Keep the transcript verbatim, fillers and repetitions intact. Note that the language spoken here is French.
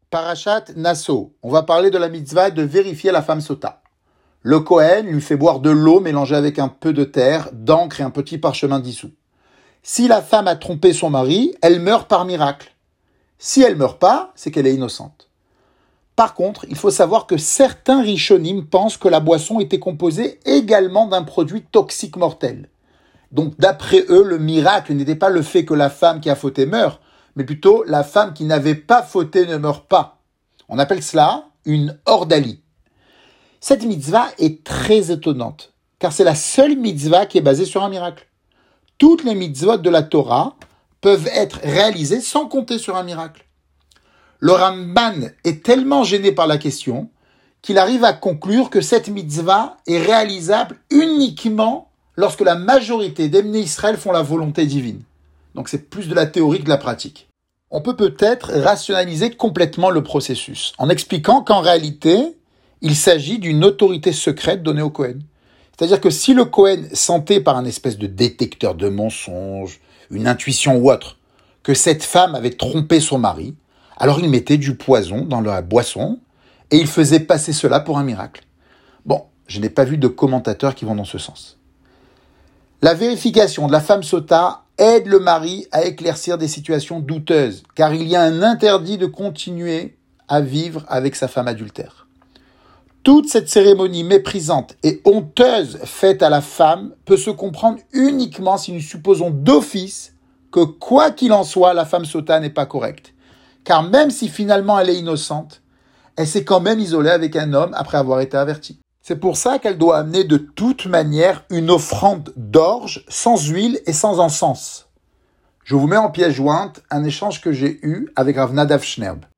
Parashat Nasso, on va parler de la mitzvah de vérifier la femme sota. Le Kohen lui fait boire de l'eau mélangée avec un peu de terre, d'encre et un petit parchemin dissous. Si la femme a trompé son mari, elle meurt par miracle. Si elle meurt pas, c'est qu'elle est innocente. Par contre, il faut savoir que certains rishonim pensent que la boisson était composée également d'un produit toxique mortel. Donc d'après eux, le miracle n'était pas le fait que la femme qui a fauté meurt, mais plutôt la femme qui n'avait pas fauté ne meurt pas. On appelle cela une ordalie. Cette mitzvah est très étonnante, car c'est la seule mitzvah qui est basée sur un miracle. Toutes les mitzvot de la Torah peuvent être réalisées sans compter sur un miracle. Le Ramban est tellement gêné par la question qu'il arrive à conclure que cette mitzvah est réalisable uniquement lorsque la majorité des Bnei Israël font la volonté divine. Donc c'est plus de la théorie que de la pratique. On peut peut-être rationaliser complètement le processus en expliquant qu'en réalité, il s'agit d'une autorité secrète donnée au Kohen. C'est-à-dire que si le Kohen sentait par un espèce de détecteur de mensonges, une intuition ou autre, que cette femme avait trompé son mari, alors il mettait du poison dans la boisson et il faisait passer cela pour un miracle. Bon, je n'ai pas vu de commentateurs qui vont dans ce sens. La vérification de la femme sota aide le mari à éclaircir des situations douteuses, car il y a un interdit de continuer à vivre avec sa femme adultère. Toute cette cérémonie méprisante et honteuse faite à la femme peut se comprendre uniquement si nous supposons d'office que quoi qu'il en soit, la femme sota n'est pas correcte. Car même si finalement elle est innocente, elle s'est quand même isolée avec un homme après avoir été avertie. C'est pour ça qu'elle doit amener de toute manière une offrande d'orge, sans huile et sans encens. Je vous mets en pièce jointe un échange que j'ai eu avec Rav Nadav Shnerb.